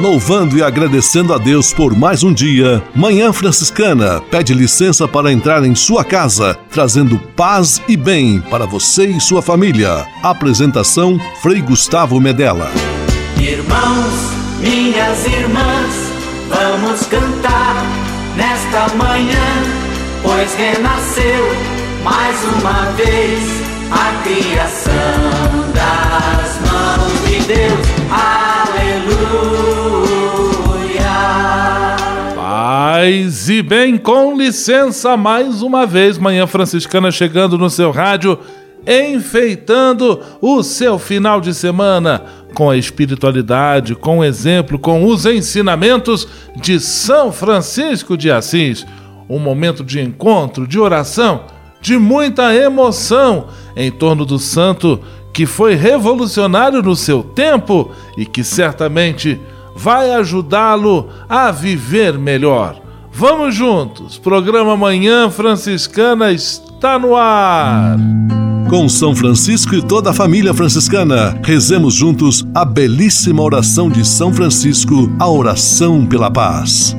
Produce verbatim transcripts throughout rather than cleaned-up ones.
Louvando e agradecendo a Deus por mais um dia, Manhã Franciscana pede licença para entrar em sua casa, trazendo paz e bem para você e sua família. Apresentação, Frei Gustavo Medella. Irmãos, minhas irmãs, vamos cantar nesta manhã, pois renasceu mais uma vez a criação das mãos de Deus. Aleluia. Paz e bem, com licença, mais uma vez, Manhã Franciscana chegando no seu rádio, enfeitando o seu final de semana com a espiritualidade, com o exemplo, com os ensinamentos de São Francisco de Assis. Um momento de encontro, de oração, de muita emoção em torno do santo que foi revolucionário no seu tempo e que certamente vai ajudá-lo a viver melhor. Vamos juntos, programa Manhã Franciscana está no ar. Com São Francisco e toda a família franciscana, rezemos juntos a belíssima oração de São Francisco, a oração pela paz.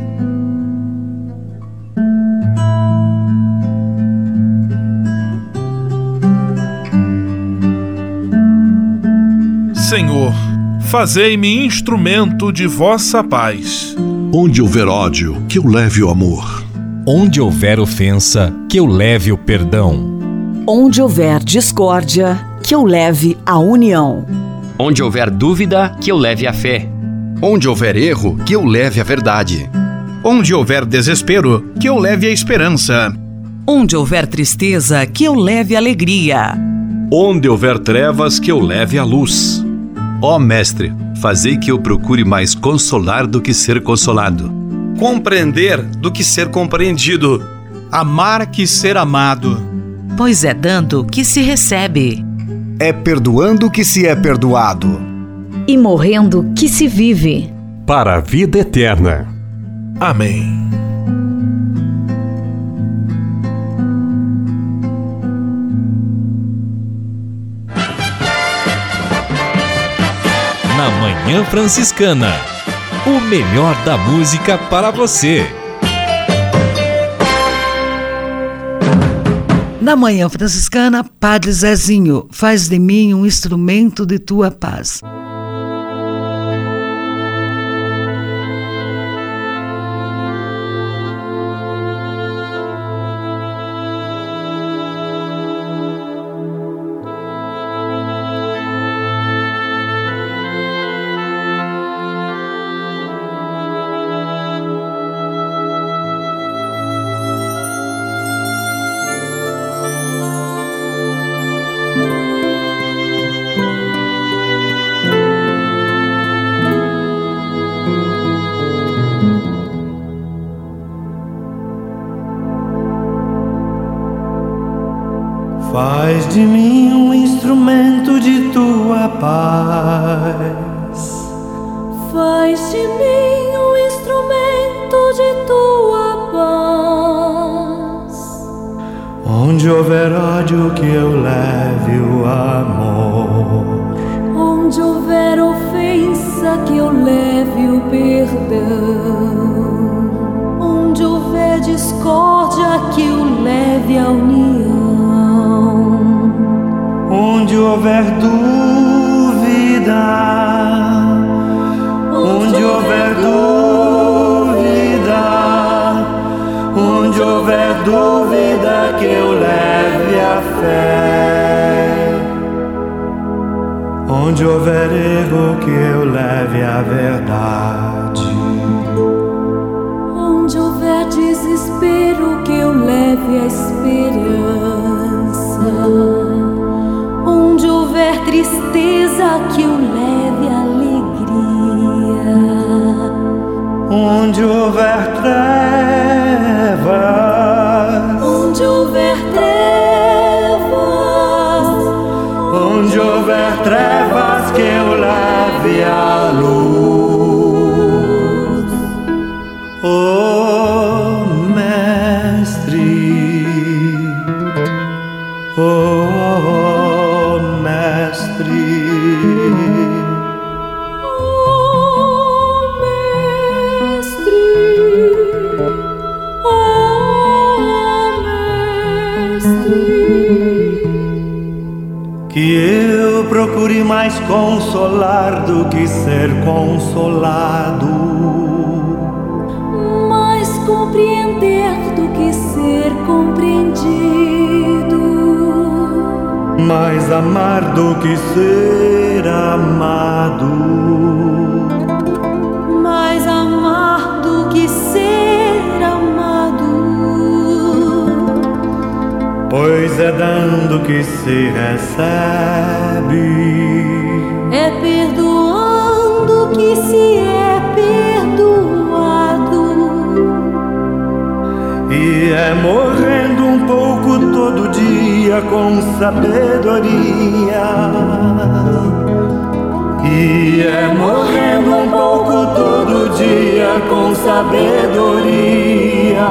Senhor, fazei-me instrumento de vossa paz. Onde houver ódio, que eu leve o amor. Onde houver ofensa, que eu leve o perdão. Onde houver discórdia, que eu leve a união. Onde houver dúvida, que eu leve a fé. Onde houver erro, que eu leve a verdade. Onde houver desespero, que eu leve a esperança. Onde houver tristeza, que eu leve a alegria. Onde houver trevas, que eu leve a luz. Ó Mestre, fazei que eu procure mais consolar do que ser consolado. Compreender do que ser compreendido. Amar que ser amado. Pois é dando que se recebe. É perdoando que se é perdoado. E morrendo que se vive. Para a vida eterna. Amém. Na Manhã Franciscana, o melhor da música para você. Na Manhã Franciscana, Padre Zezinho, faz de mim um instrumento de tua paz. Faz de mim um instrumento de tua paz. Faz de mim um instrumento de tua paz. Onde houver ódio, que eu leve o amor. Onde houver ofensa, que eu leve o perdão. Onde houver discórdia, que eu leve a união. Onde houver dúvida, onde houver dúvida, onde houver dúvida, que eu leve a fé. Onde houver erro, que eu leve a verdade. Onde houver desespero, que eu leve a esperança. Onde houver tristeza, que eu leve a alegria. Onde houver trevas, onde houver trevas, onde houver trevas, que eu leve a luz. Oh Mestre, oh Mestre, oh Mestre. Que eu procure mais consolar do que ser consolado, mais compreender do que ser compreendido, mais amar do que ser amado, mais amar do que ser amado. Pois é dando que se recebe, é perdoando que se é perdoado, e é morrendo um pouco todo dia com sabedoria, e é morrendo um pouco todo dia com sabedoria,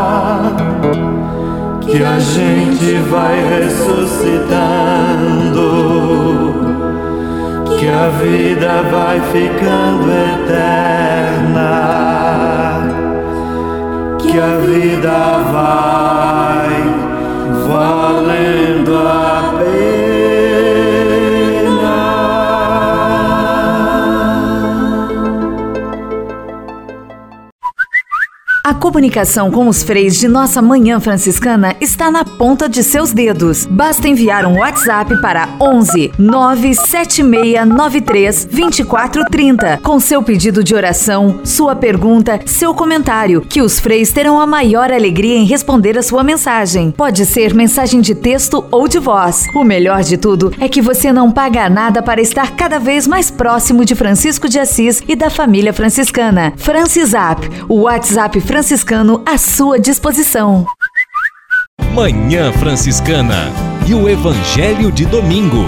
que a gente vai ressuscitando, que a vida vai ficando eterna, que a vida vai valendo a pena. A comunicação com os freis de nossa Manhã Franciscana está na ponta de seus dedos. Basta enviar um WhatsApp para onze nove sete seis nove três dois quatro três zero com seu pedido de oração, sua pergunta, seu comentário, que os freis terão a maior alegria em responder a sua mensagem. Pode ser mensagem de texto ou de voz. O melhor de tudo é que você não paga nada para estar cada vez mais próximo de Francisco de Assis e da família franciscana. Francisap, o WhatsApp franciscano à sua disposição. Manhã Franciscana e o Evangelho de Domingo.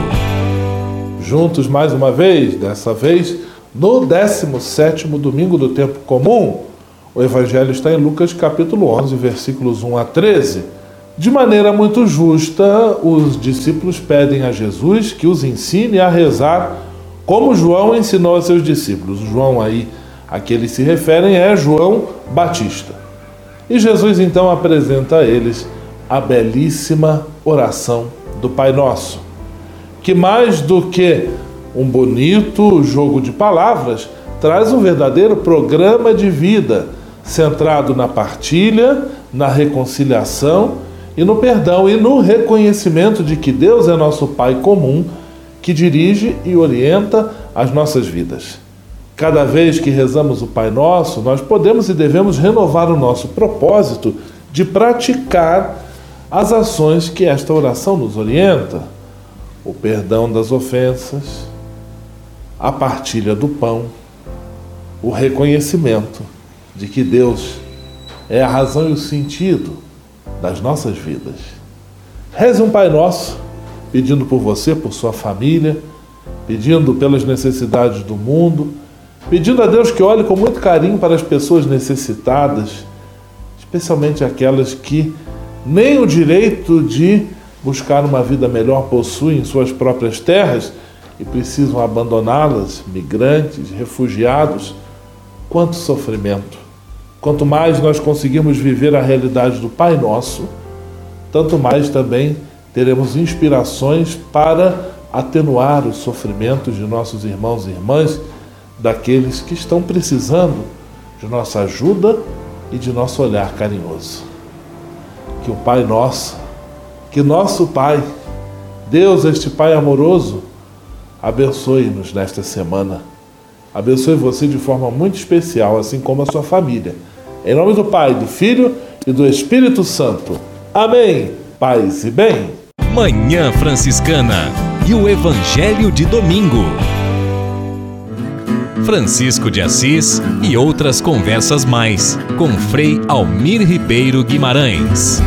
Juntos mais uma vez, dessa vez no décimo sétimo domingo do tempo comum. O Evangelho está em Lucas capítulo onze, versículos um a treze. De maneira muito justa, os discípulos pedem a Jesus que os ensine a rezar como João ensinou a seus discípulos. O João aí a que eles se referem é João Batista. E Jesus então apresenta a eles a belíssima oração do Pai Nosso, que mais do que um bonito jogo de palavras, traz um verdadeiro programa de vida, centrado na partilha, na reconciliação e no perdão e no reconhecimento de que Deus é nosso Pai comum, que dirige e orienta as nossas vidas. Cada vez que rezamos o Pai Nosso, nós podemos e devemos renovar o nosso propósito de praticar as ações que esta oração nos orienta: o perdão das ofensas, a partilha do pão, o reconhecimento de que Deus é a razão e o sentido das nossas vidas. Reze um Pai Nosso, pedindo por você, por sua família, pedindo pelas necessidades do mundo, pedindo a Deus que olhe com muito carinho para as pessoas necessitadas, especialmente aquelas que nem o direito de buscar uma vida melhor possuem em suas próprias terras e precisam abandoná-las, migrantes, refugiados. Quanto sofrimento! Quanto mais nós conseguirmos viver a realidade do Pai Nosso, tanto mais também teremos inspirações para atenuar os sofrimentos de nossos irmãos e irmãs, daqueles que estão precisando de nossa ajuda e de nosso olhar carinhoso. Que o Pai Nosso, que nosso Pai, Deus, este Pai amoroso, abençoe-nos nesta semana. Abençoe você de forma muito especial, assim como a sua família. Em nome do Pai, do Filho e do Espírito Santo. Amém. Paz e bem. Manhã Franciscana e o Evangelho de Domingo. Francisco de Assis e outras conversas mais, com Frei Almir Ribeiro Guimarães.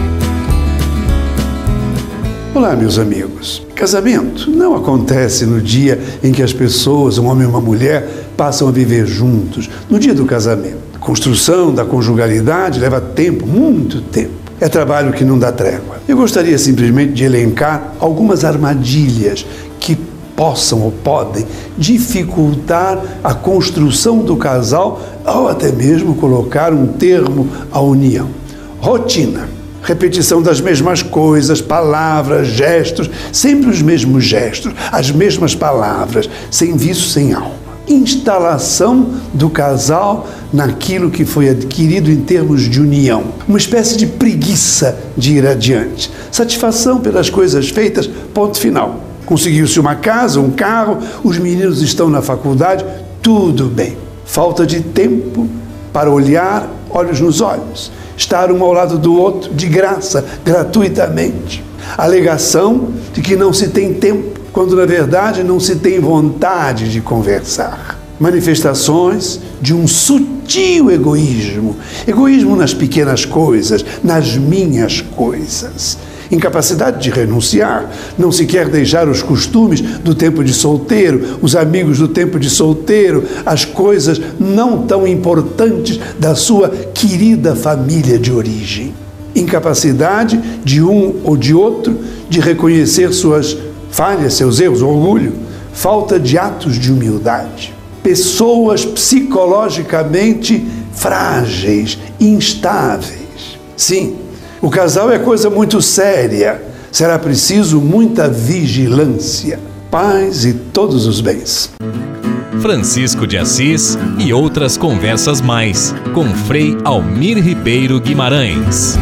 Olá, meus amigos. Casamento não acontece no dia em que as pessoas, um homem e uma mulher, passam a viver juntos, no dia do casamento. A construção da conjugalidade leva tempo, muito tempo. É trabalho que não dá trégua. Eu gostaria simplesmente de elencar algumas armadilhas que possam ou podem dificultar a construção do casal ou até mesmo colocar um termo à união. Rotina. Repetição das mesmas coisas, palavras, gestos, sempre os mesmos gestos, as mesmas palavras, sem vício, sem alma. Instalação do casal naquilo que foi adquirido em termos de união. Uma espécie de preguiça de ir adiante. Satisfação pelas coisas feitas, ponto final. Conseguiu-se uma casa, um carro, os meninos estão na faculdade, tudo bem. Falta de tempo para olhar olhos nos olhos. Estar um ao lado do outro, de graça, gratuitamente. Alegação de que não se tem tempo, quando na verdade não se tem vontade de conversar. Manifestações de um sutil egoísmo. Egoísmo nas pequenas coisas, nas minhas coisas. Incapacidade de renunciar, não se quer deixar os costumes do tempo de solteiro, os amigos do tempo de solteiro, as coisas não tão importantes da sua querida família de origem. Incapacidade de um ou de outro de reconhecer suas falhas, seus erros, orgulho, falta de atos de humildade. Pessoas psicologicamente frágeis, instáveis. Sim, o casal é coisa muito séria. Será preciso muita vigilância. Paz e todos os bens. Francisco de Assis e outras conversas mais, com Frei Almir Ribeiro Guimarães.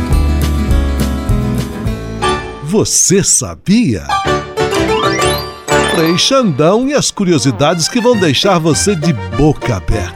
Você sabia? Frei Xandão e as curiosidades que vão deixar você de boca aberta.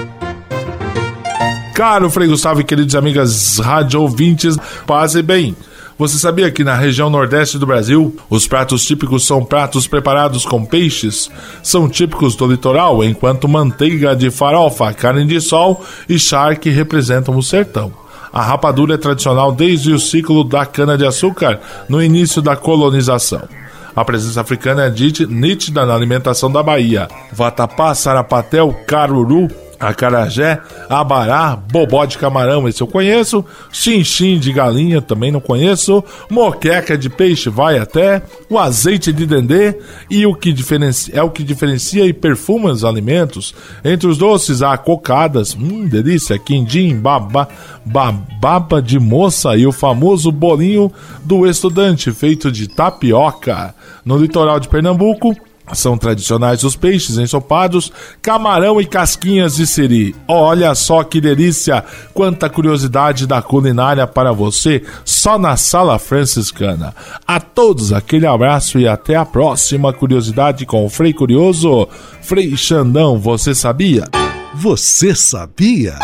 Caro Frei Gustavo e queridos amigas rádio ouvintes, paz e bem. Você sabia que na região nordeste do Brasil, os pratos típicos são pratos preparados com peixes? São típicos do litoral, enquanto manteiga de farofa, carne de sol e charque representam o sertão. A rapadura é tradicional desde o ciclo da cana-de-açúcar, no início da colonização. A presença africana é nítida na alimentação da Bahia. Vatapá, sarapatel, caruru, acarajé, abará, bobó de camarão, esse eu conheço. Chinchim de galinha, também não conheço. Moqueca de peixe, vai até. O azeite de dendê e o que diferencia, é o que diferencia e perfuma os alimentos. Entre os doces há cocadas, hum, delícia, quindim, babá, bababa de moça e o famoso bolinho do estudante, feito de tapioca. No litoral de Pernambuco, são tradicionais os peixes ensopados, camarão e casquinhas de siri. Olha só que delícia, quanta curiosidade da culinária para você, só na Sala Franciscana. A todos aquele abraço e até a próxima curiosidade com o Frei Curioso. Frei Xandão, você sabia? Você sabia?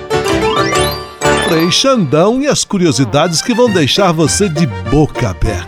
Frei Xandão e as curiosidades que vão deixar você de boca aberta.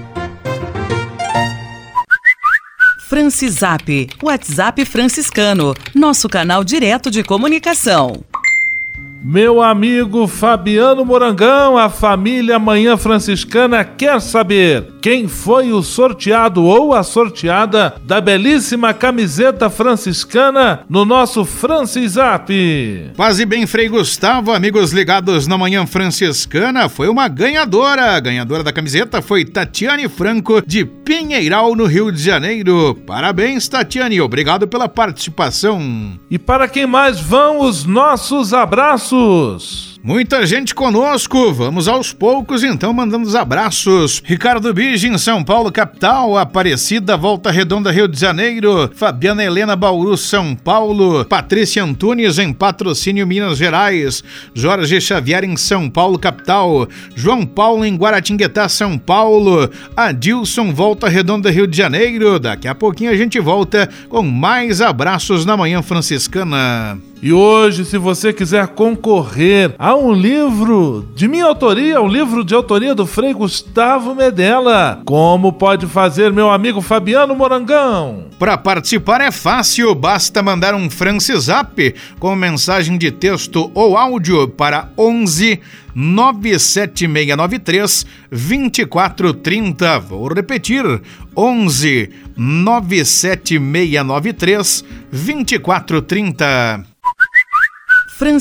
Francisap, WhatsApp franciscano, nosso canal direto de comunicação. Meu amigo Fabiano Morangão, a família Manhã Franciscana quer saber quem foi o sorteado ou a sorteada da belíssima camiseta franciscana no nosso Francisap. Paz e bem, Frei Gustavo, amigos ligados na Manhã Franciscana, foi uma ganhadora. A ganhadora da camiseta foi Tatiane Franco, de Pinheiral, no Rio de Janeiro. Parabéns, Tatiane, obrigado pela participação. E para quem mais vão os nossos abraços? Muita gente conosco, vamos aos poucos então mandando os abraços. Ricardo Bige em São Paulo capital, Aparecida Volta Redonda Rio de Janeiro, Fabiana Helena Bauru São Paulo, Patrícia Antunes em Patrocínio Minas Gerais, Jorge Xavier em São Paulo capital, João Paulo em Guaratinguetá São Paulo, Adilson Volta Redonda Rio de Janeiro. Daqui a pouquinho a gente volta com mais abraços na Manhã Franciscana. E hoje, se você quiser concorrer a um livro de minha autoria, um livro de autoria do Frei Gustavo Medella, como pode fazer, meu amigo Fabiano Morangão? Para participar é fácil, basta mandar um Francisap com mensagem de texto ou áudio para onze nove sete seis nove três dois quatro três zero. Vou repetir, onze nove sete seis nove três dois quatro três zero.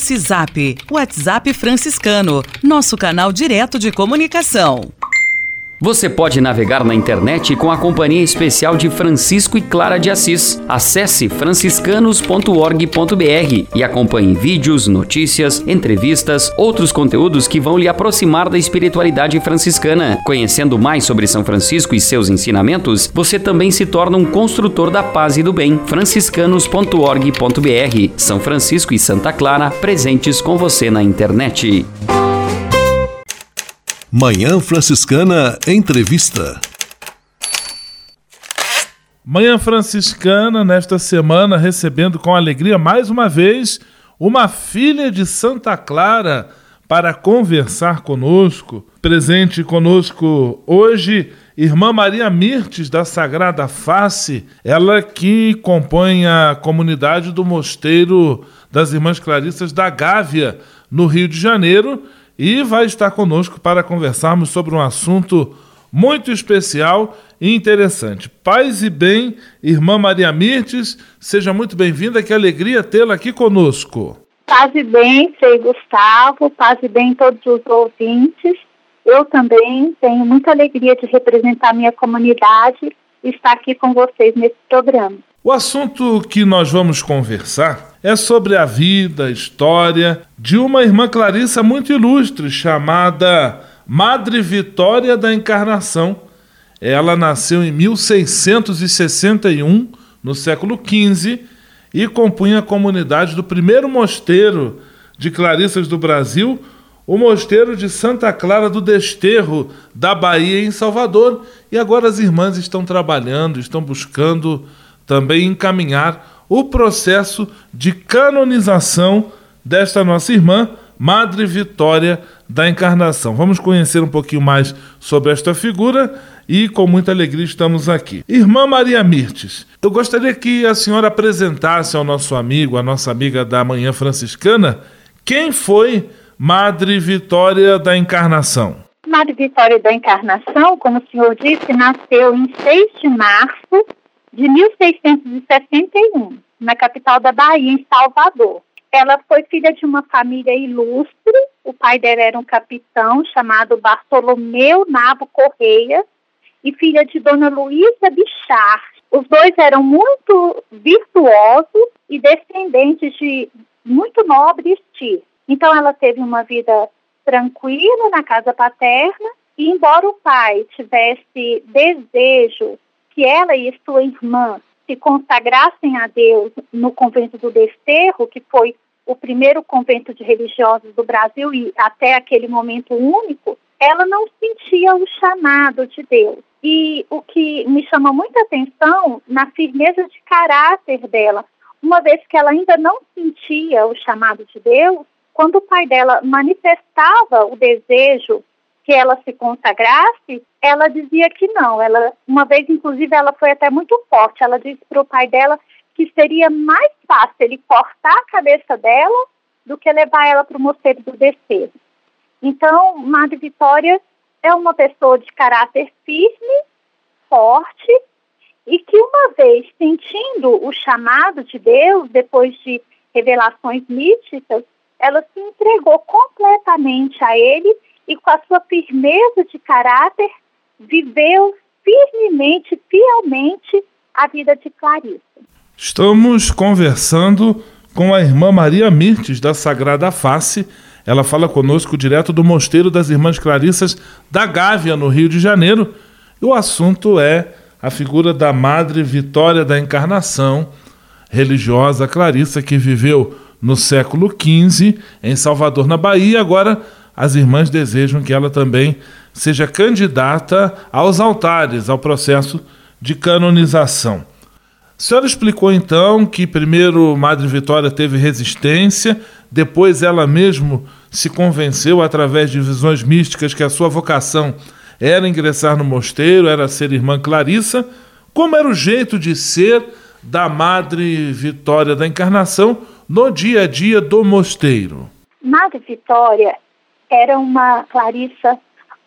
Francisap, WhatsApp franciscano, nosso canal direto de comunicação. Você pode navegar na internet com a companhia especial de Francisco e Clara de Assis. Acesse franciscanos ponto org ponto br e acompanhe vídeos, notícias, entrevistas, outros conteúdos que vão lhe aproximar da espiritualidade franciscana. Conhecendo mais sobre São Francisco e seus ensinamentos, você também se torna um construtor da paz e do bem. franciscanos ponto org ponto br. São Francisco e Santa Clara, presentes com você na internet. Manhã Franciscana Entrevista. Manhã Franciscana, nesta semana, recebendo com alegria mais uma vez uma filha de Santa Clara para conversar conosco. Presente conosco hoje, Irmã Maria Mirtes, da Sagrada Face, ela que compõe a comunidade do Mosteiro das Irmãs Clarissas da Gávea, no Rio de Janeiro, e vai estar conosco para conversarmos sobre um assunto muito especial e interessante. Paz e bem, Irmã Maria Mirtes, seja muito bem-vinda, que alegria tê-la aqui conosco. Paz e bem, Frei Gustavo, paz e bem todos os ouvintes. Eu também tenho muita alegria de representar minha comunidade e estar aqui com vocês nesse programa. O assunto que nós vamos conversar é sobre a vida, a história de uma irmã Clarissa muito ilustre, chamada Madre Vitória da Encarnação. Ela nasceu em mil seiscentos e sessenta e um, no século quinze, e compunha a comunidade do primeiro mosteiro de Clarissas do Brasil, o Mosteiro de Santa Clara do Desterro, da Bahia, em Salvador. E agora as irmãs estão trabalhando, estão buscando também encaminhar o processo de canonização desta nossa irmã, Madre Vitória da Encarnação. Vamos conhecer um pouquinho mais sobre esta figura e com muita alegria estamos aqui. Irmã Maria Mirtes, eu gostaria que a senhora apresentasse ao nosso amigo, a nossa amiga da Manhã Franciscana, quem foi Madre Vitória da Encarnação. Madre Vitória da Encarnação, como o senhor disse, nasceu em seis de março de mil seiscentos e sessenta e um, na capital da Bahia, em Salvador. Ela foi filha de uma família ilustre. O pai dela era um capitão chamado Bartolomeu Nabo Correia e filha de Dona Luísa Bichar. Os dois eram muito virtuosos e descendentes de muito nobre estilo. Então ela teve uma vida tranquila na casa paterna e, embora o pai tivesse desejo que ela e sua irmã se consagrassem a Deus no convento do Desterro, que foi o primeiro convento de religiosos do Brasil e até aquele momento único, ela não sentia o chamado de Deus. E o que me chama muita atenção na firmeza de caráter dela, uma vez que ela ainda não sentia o chamado de Deus, quando o pai dela manifestava o desejo que ela se consagrasse, ela dizia que não. Ela, uma vez, inclusive, ela foi até muito forte. Ela disse para o pai dela que seria mais fácil ele cortar a cabeça dela do que levar ela para o Mosteiro do Desterro. Então, Madre Vitória é uma pessoa de caráter firme, forte, e que uma vez sentindo o chamado de Deus, depois de revelações místicas, ela se entregou completamente a ele e, com a sua firmeza de caráter, viveu firmemente, fielmente a vida de Clarissa. Estamos conversando com a irmã Maria Mirtes, da Sagrada Face. Ela fala conosco direto do Mosteiro das Irmãs Clarissas da Gávea, no Rio de Janeiro. E o assunto é a figura da Madre Vitória da Encarnação, religiosa Clarissa, que viveu no século quinze, em Salvador, na Bahia. Agora as irmãs desejam que ela também seja candidata aos altares, ao processo de canonização. A senhora explicou então que primeiro Madre Vitória teve resistência, depois ela mesmo se convenceu através de visões místicas que a sua vocação era ingressar no mosteiro, era ser irmã Clarissa. Como era o jeito de ser da Madre Vitória da Encarnação no dia a dia do mosteiro? Madre Vitória era uma Clarissa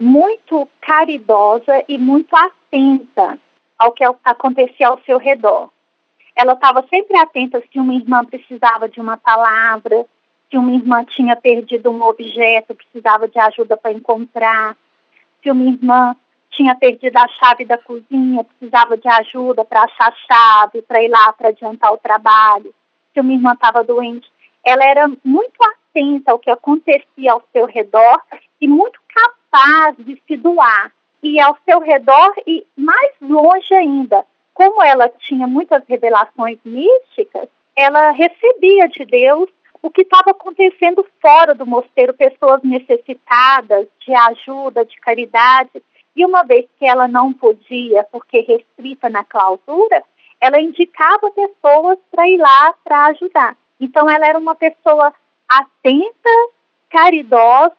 muito caridosa e muito atenta ao que acontecia ao seu redor. Ela estava sempre atenta se uma irmã precisava de uma palavra, se uma irmã tinha perdido um objeto, precisava de ajuda para encontrar, se uma irmã tinha perdido a chave da cozinha, precisava de ajuda para achar a chave, para ir lá para adiantar o trabalho, se uma irmã estava doente. Ela era muito atenta ao que acontecia ao seu redor e muito capaz de se doar. E ao seu redor e mais longe ainda, como ela tinha muitas revelações místicas, ela recebia de Deus o que estava acontecendo fora do mosteiro, pessoas necessitadas de ajuda, de caridade. E uma vez que ela não podia, porque restrita na clausura, ela indicava pessoas para ir lá para ajudar. Então ela era uma pessoa atenta, caridosa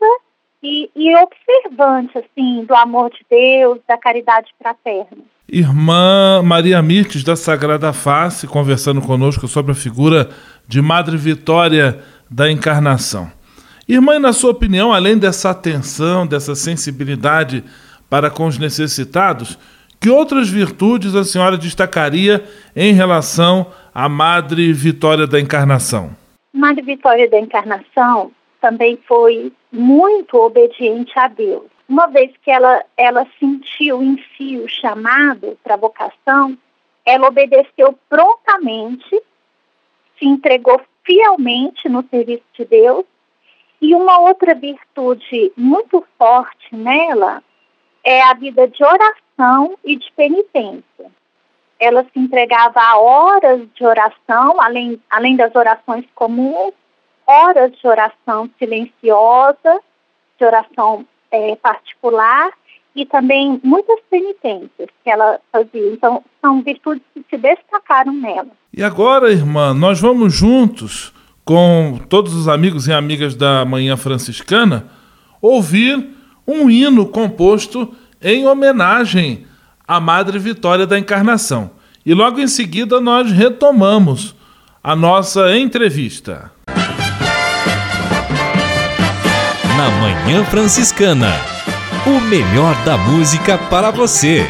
e, e observante, assim, do amor de Deus, da caridade fraterna. Irmã Maria Mirtes da Sagrada Face, conversando conosco sobre a figura de Madre Vitória da Encarnação. Irmã, e na sua opinião, além dessa atenção, dessa sensibilidade para com os necessitados, que outras virtudes a senhora destacaria em relação à Madre Vitória da Encarnação? Madre Vitória da Encarnação também foi muito obediente a Deus. Uma vez que ela, ela sentiu em si o chamado para a vocação, ela obedeceu prontamente, se entregou fielmente no serviço de Deus. E uma outra virtude muito forte nela é a vida de oração e de penitência. Ela se entregava a horas de oração, além, além das orações comuns, horas de oração silenciosa, de oração é, particular e também muitas penitências que ela fazia. Então, são virtudes que se destacaram nela. E agora, irmã, nós vamos juntos, com todos os amigos e amigas da Manhã Franciscana, ouvir um hino composto em homenagem à Madre Vitória da Encarnação. E logo em seguida nós retomamos a nossa entrevista. Na Manhã Franciscana, o melhor da música para você.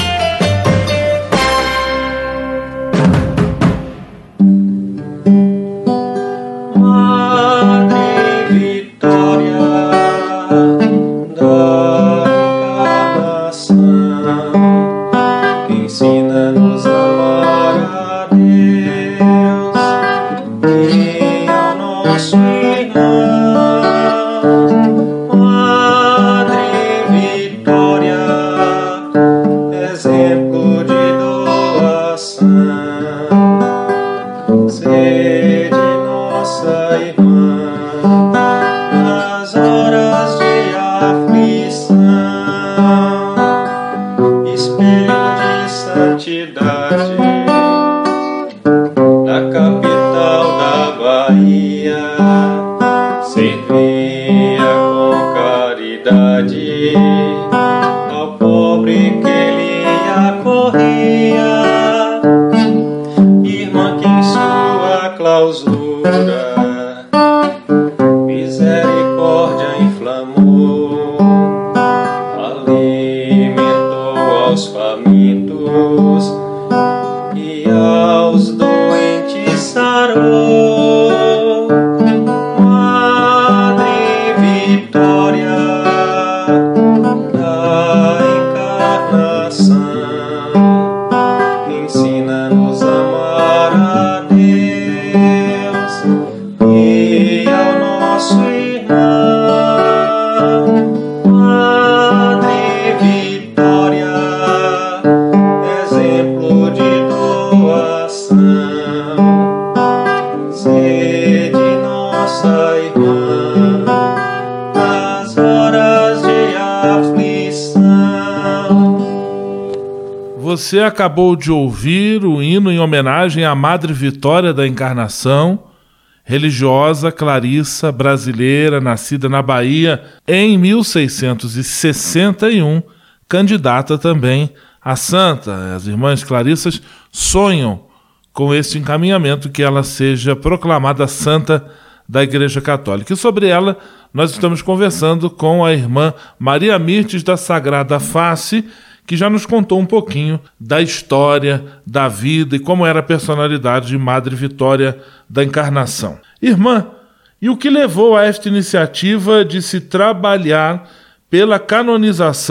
Você acabou de ouvir o hino em homenagem à Madre Vitória da Encarnação, religiosa clarissa brasileira, nascida na Bahia em mil seiscentos e sessenta e um, candidata também a santa. As irmãs clarissas sonham com este encaminhamento, que ela seja proclamada santa da Igreja Católica. E sobre ela nós estamos conversando com a irmã Maria Mirtes da Sagrada Face, que já nos contou um pouquinho da história, da vida e como era a personalidade de Madre Vitória da Encarnação. Irmã, e o que levou a esta iniciativa de se trabalhar pela canonização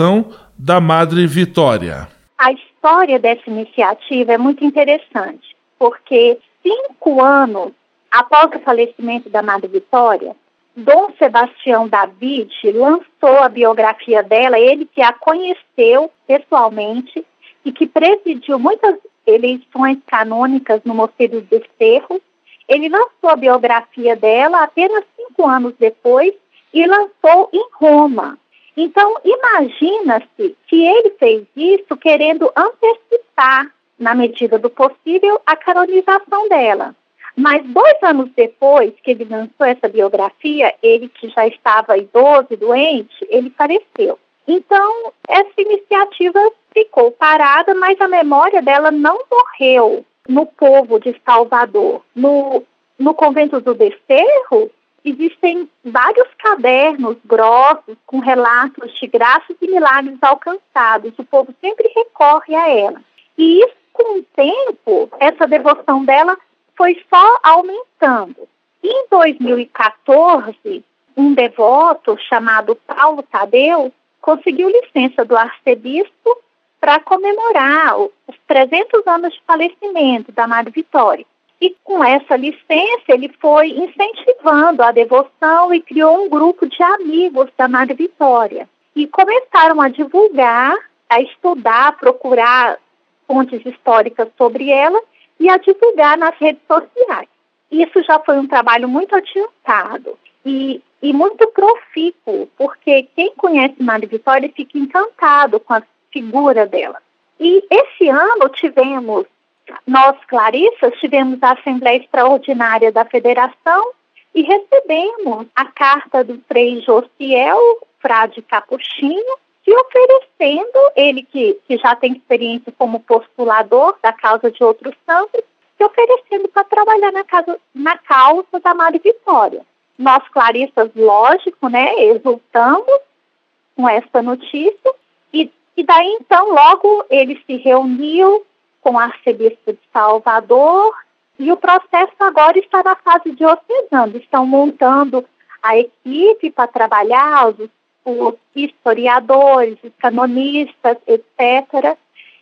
da Madre Vitória. A história dessa iniciativa é muito interessante, porque cinco anos após o falecimento da Madre Vitória, Dom Sebastião David lançou a biografia dela, ele que a conheceu pessoalmente e que presidiu muitas eleições canônicas no Mosteiro dos Desterros. Ele lançou a biografia dela apenas cinco anos depois e lançou em Roma. Então, imagina-se que ele fez isso querendo antecipar, na medida do possível, a canonização dela. Mas dois anos depois que ele lançou essa biografia, ele que já estava idoso e doente, ele faleceu. Então, essa iniciativa ficou parada, mas a memória dela não morreu no povo de Salvador. No, no convento do Desterro, existem vários cadernos grossos com relatos de graças e milagres alcançados. O povo sempre recorre a ela. E isso, com o tempo, essa devoção dela foi só aumentando. Em dois mil e quatorze, um devoto chamado Paulo Tadeu conseguiu licença do arcebispo para comemorar os trezentos anos de falecimento da Madre Vitória. E com essa licença ele foi incentivando a devoção e criou um grupo de amigos da Madre Vitória. E começaram a divulgar, a estudar, a procurar fontes históricas sobre ela e a divulgar nas redes sociais. Isso já foi um trabalho muito adiantado e, e muito profícuo, porque quem conhece Madre Vitória fica encantado com a figura dela. E esse ano tivemos, nós clarissas, tivemos a Assembleia Extraordinária da Federação e recebemos a carta do Frei Josiel, frade capuchinho, se oferecendo, ele que, que já tem experiência como postulador da causa de outros santos, se oferecendo para trabalhar na, casa, na causa da Madre Vitória. Nós, clarissas, lógico, né, exultamos com essa notícia, e, e daí então logo ele se reuniu com o arcebispo de Salvador, e o processo agora está na fase diocesana. Estão montando a equipe para trabalhar, os os historiadores, os canonistas, etcétera.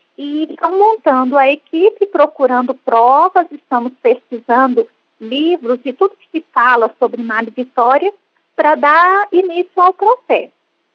E estão montando a equipe, procurando provas, estamos pesquisando livros e tudo que se fala sobre Madre Vitória para dar início ao processo.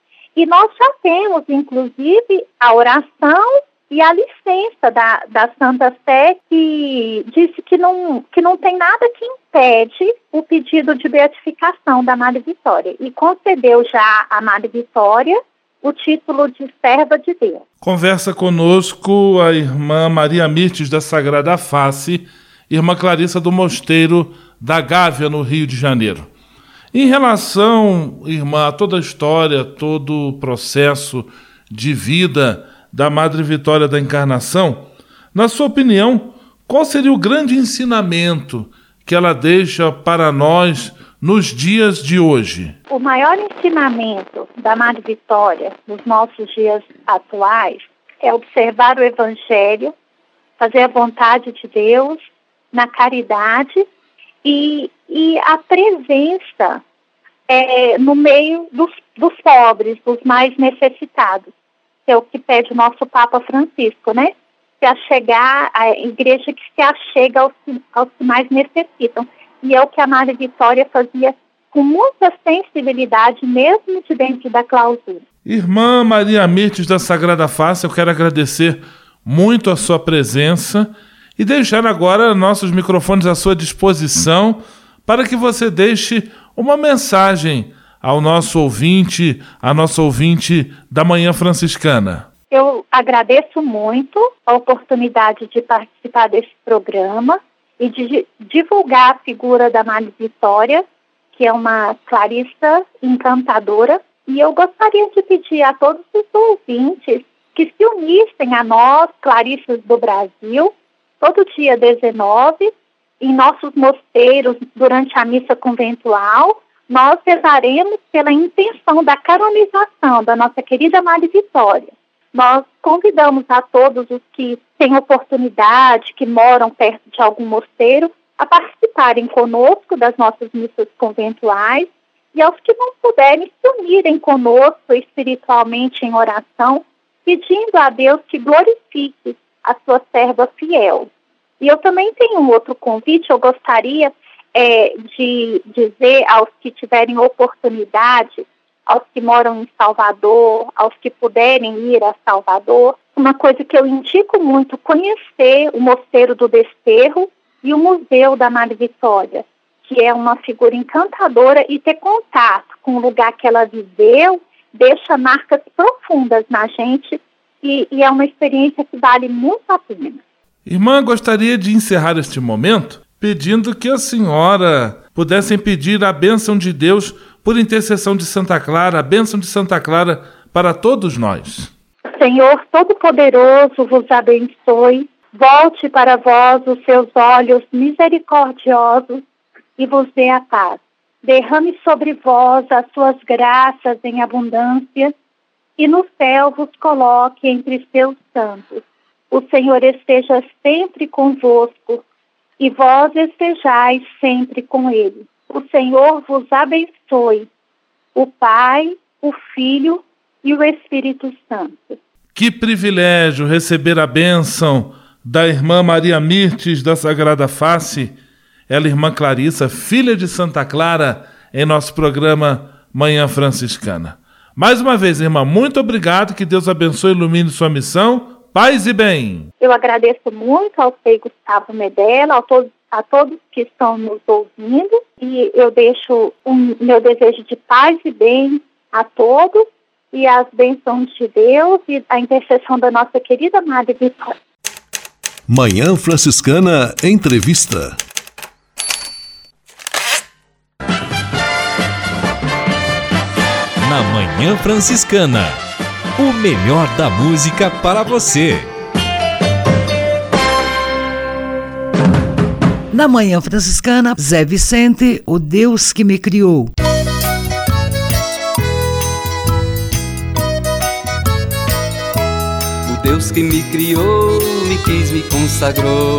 E nós já temos, inclusive, a oração e a licença da, da Santa Sé, que disse que não, que não tem nada que impede o pedido de beatificação da Madre Vitória. E concedeu já à Madre Vitória o título de serva de Deus. Conversa conosco a irmã Maria Mirtes da Sagrada Face, irmã Clarissa do Mosteiro da Gávea, no Rio de Janeiro. Em relação, irmã, a toda a história, todo o processo de vida da Madre Vitória da Encarnação, na sua opinião, qual seria o grande ensinamento que ela deixa para nós nos dias de hoje? O maior ensinamento da Madre Vitória nos nossos dias atuais é observar o Evangelho, fazer a vontade de Deus na caridade e, e a presença é, no meio dos, dos pobres, dos mais necessitados. É o que pede o nosso Papa Francisco, né? Se achegar, a igreja que se achega aos, aos que mais necessitam. E é o que a Madre Vitória fazia com muita sensibilidade, mesmo de dentro da clausura. Irmã Maria Mirtes da Sagrada Face, eu quero agradecer muito a sua presença e deixar agora nossos microfones à sua disposição para que você deixe uma mensagem ao nosso ouvinte, a nossa ouvinte da Manhã Franciscana. Eu agradeço muito a oportunidade de participar desse programa e de divulgar a figura da Madre Vitória, que é uma clarissa encantadora. E eu gostaria de pedir a todos os ouvintes que se unissem a nós, clarissas do Brasil, todo dia dezenove, em nossos mosteiros, durante a missa conventual, nós rezaremos pela intenção da canonização da nossa querida Madre Vitória. Nós convidamos a todos os que têm oportunidade, que moram perto de algum mosteiro, a participarem conosco das nossas missas conventuais e aos que não puderem se unirem conosco espiritualmente em oração pedindo a Deus que glorifique a sua serva fiel. E eu também tenho um outro convite, eu gostaria é, de dizer aos que tiverem oportunidade, aos que moram em Salvador, aos que puderem ir a Salvador, uma coisa que eu indico muito, conhecer o Mosteiro do Desterro e o Museu da Madre Vitória, que é uma figura encantadora, e ter contato com o lugar que ela viveu deixa marcas profundas na gente e, e é uma experiência que vale muito a pena. Irmã, gostaria de encerrar este momento pedindo que a senhora pudessem pedir a bênção de Deus por intercessão de Santa Clara, a bênção de Santa Clara para todos nós. Senhor Todo-Poderoso vos abençoe, volte para vós os seus olhos misericordiosos e vos dê a paz. Derrame sobre vós as suas graças em abundância e no céu vos coloque entre seus santos. O Senhor esteja sempre convosco e vós estejais sempre com ele. O Senhor vos abençoe, o Pai, o Filho e o Espírito Santo. Que privilégio receber a bênção da irmã Maria Mirtes da Sagrada Face, ela, irmã Clarissa, filha de Santa Clara, em nosso programa Manhã Franciscana. Mais uma vez, irmã, muito obrigado, que Deus abençoe e ilumine sua missão. Paz e bem. Eu agradeço muito ao Frei Gustavo Medella, a todos, a todos que estão nos ouvindo, e eu deixo um meu desejo de paz e bem a todos, e as bênçãos de Deus e a intercessão da nossa querida Madre Vitória. Manhã Franciscana Entrevista. Na Manhã Franciscana, o melhor da música para você. Na Manhã Franciscana, Zé Vicente, o Deus que me criou. O Deus que me criou, me quis, me consagrou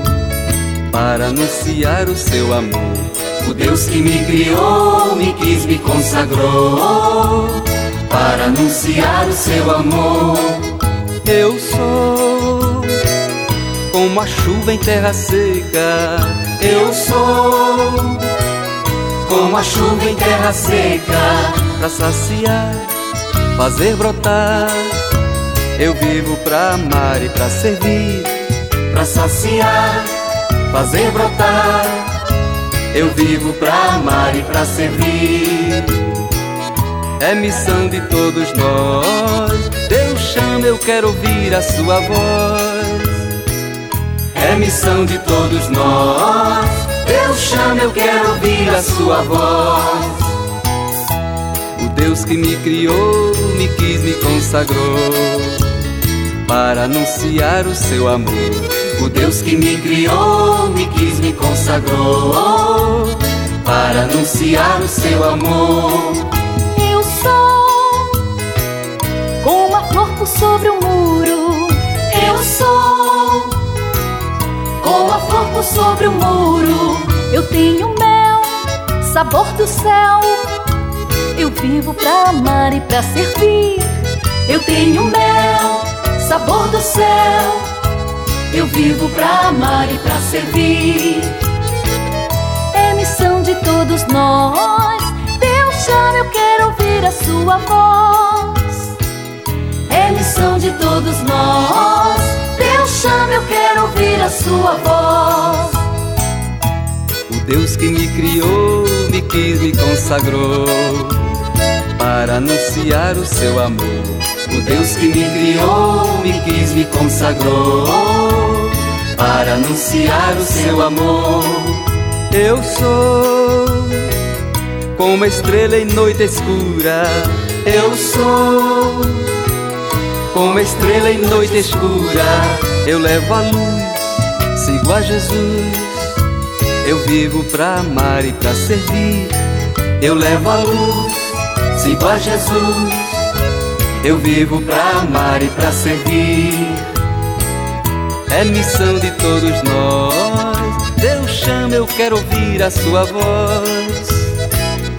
para anunciar o seu amor. O Deus que me criou, me quis, me consagrou para anunciar o seu amor. Eu sou como a chuva em terra seca. Eu sou como a chuva em terra seca. Pra saciar, fazer brotar, eu vivo pra amar e pra servir. Pra saciar, fazer brotar, eu vivo pra amar e pra servir. É missão de todos nós, Deus chama, eu quero ouvir a sua voz. É missão de todos nós, Deus chama, eu quero ouvir a sua voz. O Deus que me criou, me quis, me consagrou para anunciar o seu amor. O Deus que me criou, me quis, me consagrou para anunciar o seu amor. Eu sou como a flor por sobre o muro. Eu sou como a flor por sobre o muro. Eu tenho mel, sabor do céu. Eu vivo pra amar e pra servir. Eu tenho mel, sabor do céu. Eu vivo pra amar e pra servir. É missão de todos nós, Deus chama, eu quero ouvir a sua voz. É missão de todos nós, Deus chama, eu quero ouvir a sua voz. O Deus que me criou, me quis, me consagrou para anunciar o seu amor. O Deus que me criou, me quis, me consagrou para anunciar o seu amor. Eu sou como a estrela em noite escura. Eu sou como a estrela em noite escura. Eu levo a luz, sigo a Jesus. Eu vivo pra amar e pra servir. Eu levo a luz, sigo a Jesus. Eu vivo pra amar e pra servir. É missão de todos nós, Deus chama, eu quero ouvir a sua voz.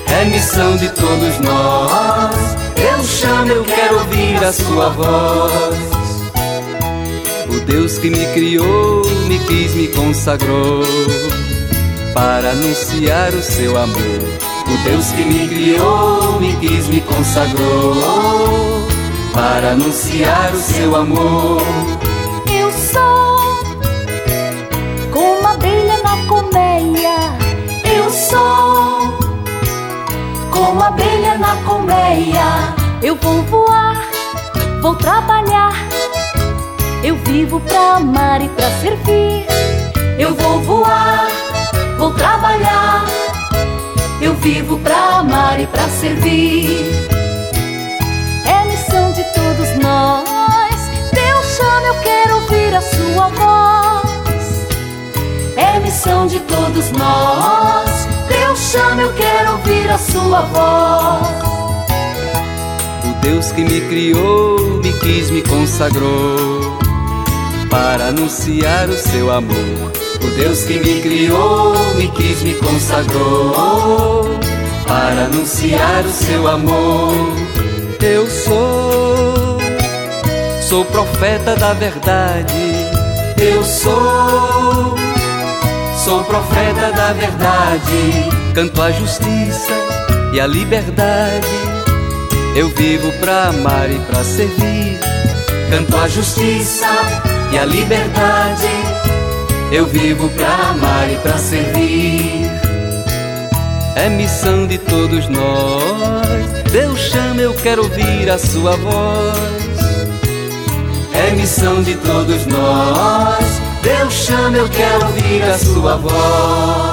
é missão de todos nós. Eu chamo, eu quero ouvir a sua voz. O Deus que me criou, me quis, me consagrou para anunciar o seu amor. O Deus que me criou, me quis, me consagrou para anunciar o seu amor. Eu sou como uma abelha na colmeia. Eu sou como uma abelha na colmeia. Eu vou voar, vou trabalhar. Eu vivo pra amar e pra servir. Eu vou voar, vou trabalhar. Eu vivo pra amar e pra servir. É missão de todos nós. Deus chama, eu quero ouvir a sua voz. É missão de todos nós. Deus chama, eu quero ouvir a sua voz. O Deus que me criou, me quis, me consagrou para anunciar o seu amor. O Deus que me criou, me quis, me consagrou para anunciar o seu amor. Eu sou, sou profeta da verdade. Eu sou, sou profeta da verdade. Canto a justiça e a liberdade. Eu vivo pra amar e pra servir. Canto a justiça e a liberdade. Eu vivo pra amar e pra servir. É missão de todos nós. Deus chama, eu quero ouvir a sua voz. É missão de todos nós. Deus chama, eu quero ouvir a sua voz.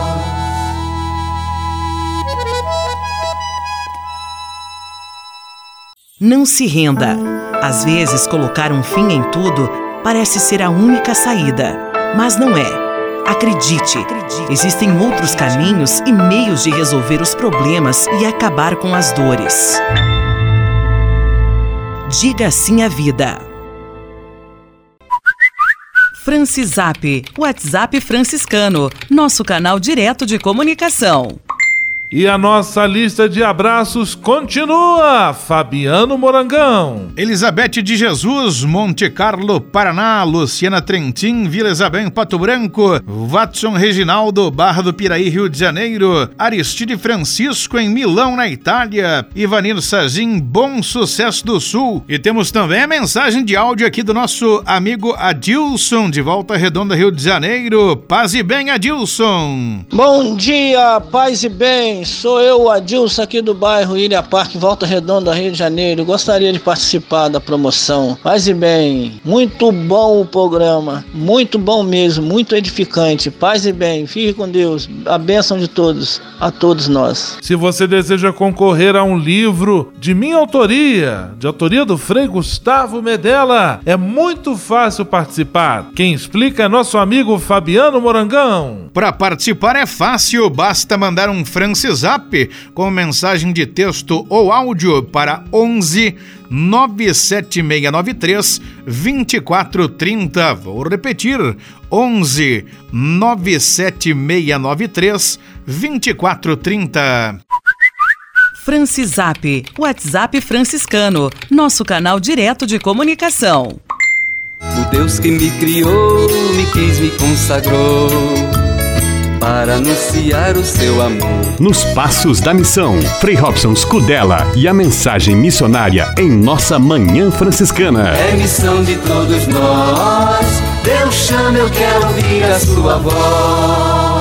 Não se renda. Às vezes, colocar um fim em tudo parece ser a única saída, mas não é. Acredite, existem outros caminhos e meios de resolver os problemas e acabar com as dores. Diga sim à vida. Francisap, WhatsApp franciscano, nosso canal direto de comunicação. E a nossa lista de abraços continua. Fabiano Morangão, Elizabeth de Jesus, Monte Carlo, Paraná. Luciana Trentin, Vila Isabel, Pato Branco. Watson Reginaldo, Barra do Piraí, Rio de Janeiro. Aristide Francisco, em Milão, na Itália. Ivanir Sazin, Bom Sucesso do Sul. E temos também a mensagem de áudio aqui do nosso amigo Adilson, de Volta Redonda, Rio de Janeiro. Paz e bem, Adilson. Bom dia, paz e bem. Sou eu, Adilson, aqui do bairro Ilha Parque, Volta Redonda, Rio de Janeiro. Gostaria de participar da promoção. Paz e bem. Muito bom o programa. Muito bom mesmo. Muito edificante. Paz e bem. Fique com Deus. A bênção de todos. A todos nós. Se você deseja concorrer a um livro de minha autoria, de autoria do Frei Gustavo Medella, é muito fácil participar. Quem explica é nosso amigo Fabiano Morangão. Para participar é fácil. Basta mandar um Francisap com mensagem de texto ou áudio para onze nove sete seis nove três dois quatro três zero. Vou repetir: onze nove sete seis nove três dois quatro três zero. Francisap, WhatsApp franciscano, nosso canal direto de comunicação. O Deus que me criou, me quis, me consagrou para anunciar o seu amor. Nos Passos da Missão, Frei Robson Scudella e a mensagem missionária em nossa Manhã Franciscana. É missão de todos nós. Deus chama, eu quero ouvir a sua voz.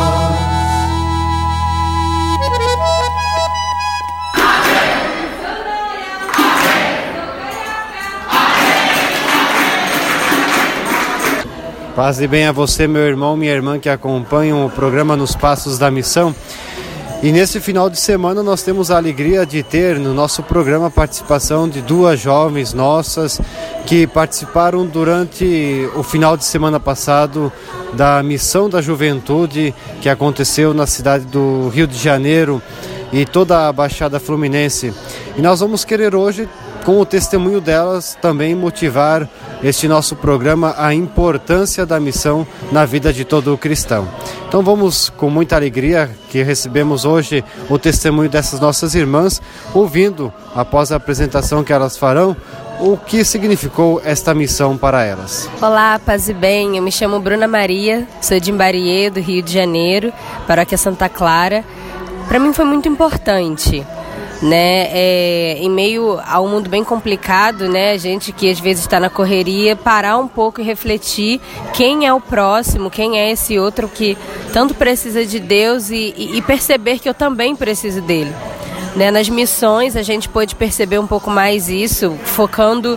Paz e bem a você, meu irmão, minha irmã, que acompanham o programa Nos Passos da Missão. E nesse final de semana nós temos a alegria de ter no nosso programa a participação de duas jovens nossas que participaram durante o final de semana passado da Missão da Juventude que aconteceu na cidade do Rio de Janeiro e toda a Baixada Fluminense. E nós vamos querer hoje com o testemunho delas também motivar este nosso programa, a importância da missão na vida de todo cristão. Então vamos com muita alegria que recebemos hoje o testemunho dessas nossas irmãs, ouvindo, após a apresentação que elas farão, o que significou esta missão para elas. Olá, paz e bem, eu me chamo Bruna Maria, sou de Imbariê, do Rio de Janeiro, paróquia Santa Clara. Para mim foi muito importante, né? É, em meio a um mundo bem complicado, né? A gente que às vezes está na correria, parar um pouco e refletir quem é o próximo, quem é esse outro que tanto precisa de Deus e, e, e perceber que eu também preciso dele. Né, nas missões a gente pôde perceber um pouco mais isso, focando,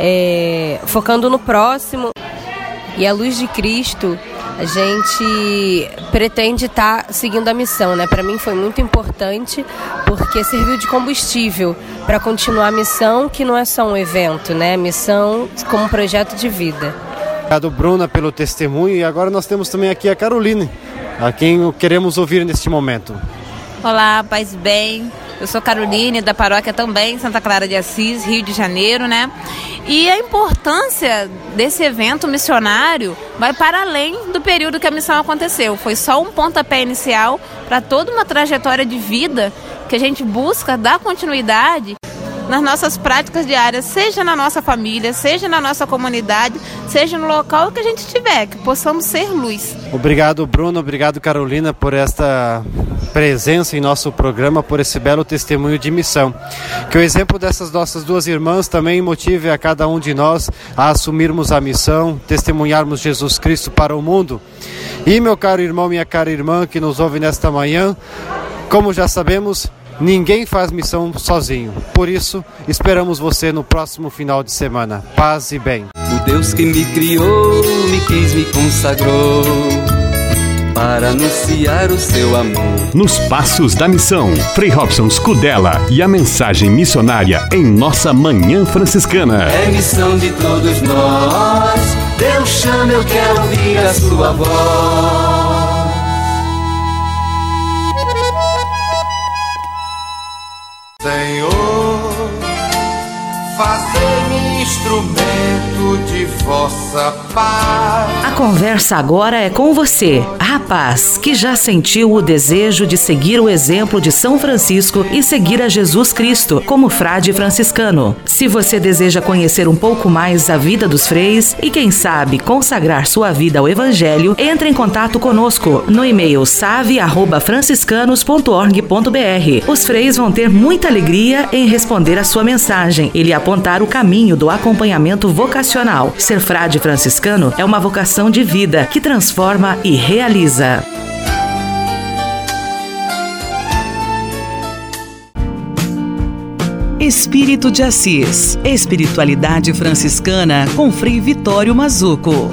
é, focando no próximo. E à luz de Cristo, a gente pretende estar tá seguindo a missão. Né? Para mim foi muito importante, porque serviu de combustível para continuar a missão, que não é só um evento, né? Missão como um projeto de vida. Obrigado, Bruna, pelo testemunho. E agora nós temos também aqui a Caroline, a quem queremos ouvir neste momento. Olá, paz e bem. Eu sou Caroline, da paróquia também, Santa Clara de Assis, Rio de Janeiro, né? E a importância desse evento missionário vai para além do período que a missão aconteceu. Foi só um pontapé inicial para toda uma trajetória de vida que a gente busca dar continuidade nas nossas práticas diárias, seja na nossa família, seja na nossa comunidade, seja no local que a gente estiver, que possamos ser luz. Obrigado, Bruno, obrigado, Carolina, por esta presença em nosso programa, por esse belo testemunho de missão. Que o exemplo dessas nossas duas irmãs também motive a cada um de nós a assumirmos a missão, testemunharmos Jesus Cristo para o mundo. E, meu caro irmão, minha cara irmã que nos ouve nesta manhã, como já sabemos, ninguém faz missão sozinho. Por isso, esperamos você no próximo final de semana. Paz e bem. O Deus que me criou, me quis, me consagrou para anunciar o seu amor. Nos Passos da Missão, Frei Robson Scudella e a mensagem missionária em nossa Manhã Franciscana. É missão de todos nós, Deus chama, eu quero ouvir a sua voz. Senhor, fazei-me instrumento de vossa paz. A conversa agora é com você, rapaz, que já sentiu o desejo de seguir o exemplo de São Francisco e seguir a Jesus Cristo como frade franciscano. Se você deseja conhecer um pouco mais a vida dos freis e, quem sabe, consagrar sua vida ao Evangelho, entre em contato conosco no e-mail save arroba franciscanos ponto org ponto br. Os freis vão ter muita alegria em responder a sua mensagem e lhe apontar o caminho do acompanhamento vocacional. Ser frade franciscano é uma vocação de vida que transforma e realiza. Espírito de Assis, espiritualidade franciscana com Frei Vitório Mazuco.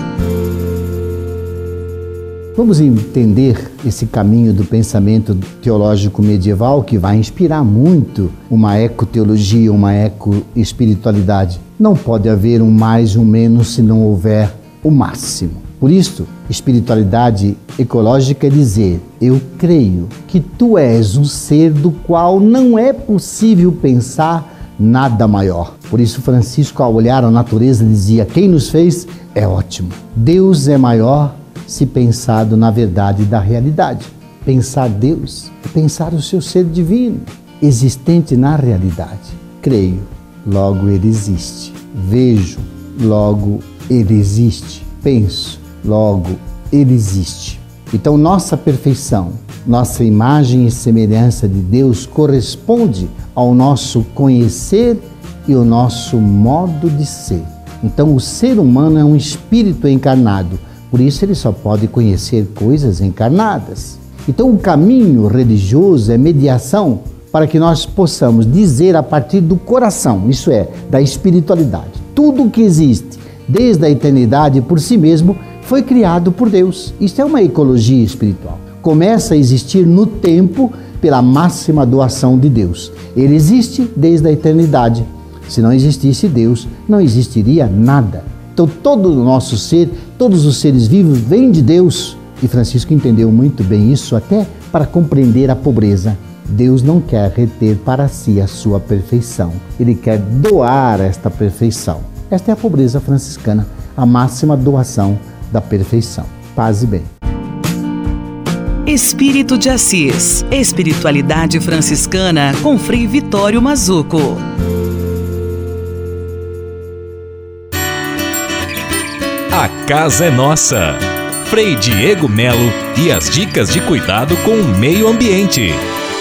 Vamos entender esse caminho do pensamento teológico medieval que vai inspirar muito uma ecoteologia, uma ecoespiritualidade. Não pode haver um mais e um menos se não houver o máximo. Por isso, espiritualidade ecológica é dizer: eu creio que tu és um ser do qual não é possível pensar nada maior. Por isso, Francisco, ao olhar a natureza, dizia: quem nos fez é ótimo. Deus é maior se pensado na verdade da realidade. Pensar Deus é pensar o seu ser divino, existente na realidade. Creio, logo ele existe. Vejo, logo ele existe. Penso, logo ele existe. Então nossa perfeição, nossa imagem e semelhança de Deus corresponde ao nosso conhecer e ao nosso modo de ser. Então o ser humano é um espírito encarnado, por isso ele só pode conhecer coisas encarnadas. Então o caminho religioso é mediação para que nós possamos dizer a partir do coração, isso é, da espiritualidade. Tudo o que existe desde a eternidade por si mesmo foi criado por Deus. Isso é uma ecologia espiritual. Começa a existir no tempo pela máxima doação de Deus. Ele existe desde a eternidade. Se não existisse Deus, não existiria nada. Então todo o nosso ser, todos os seres vivos vêm de Deus. E Francisco entendeu muito bem isso até para compreender a pobreza. Deus não quer reter para si a sua perfeição. Ele quer doar esta perfeição. Esta é a pobreza franciscana, a máxima doação da perfeição. Paz e bem. Espírito de Assis. Espiritualidade franciscana com Frei Vitório Mazzuco. A casa é nossa. Frei Diego Melo e as dicas de cuidado com o meio ambiente.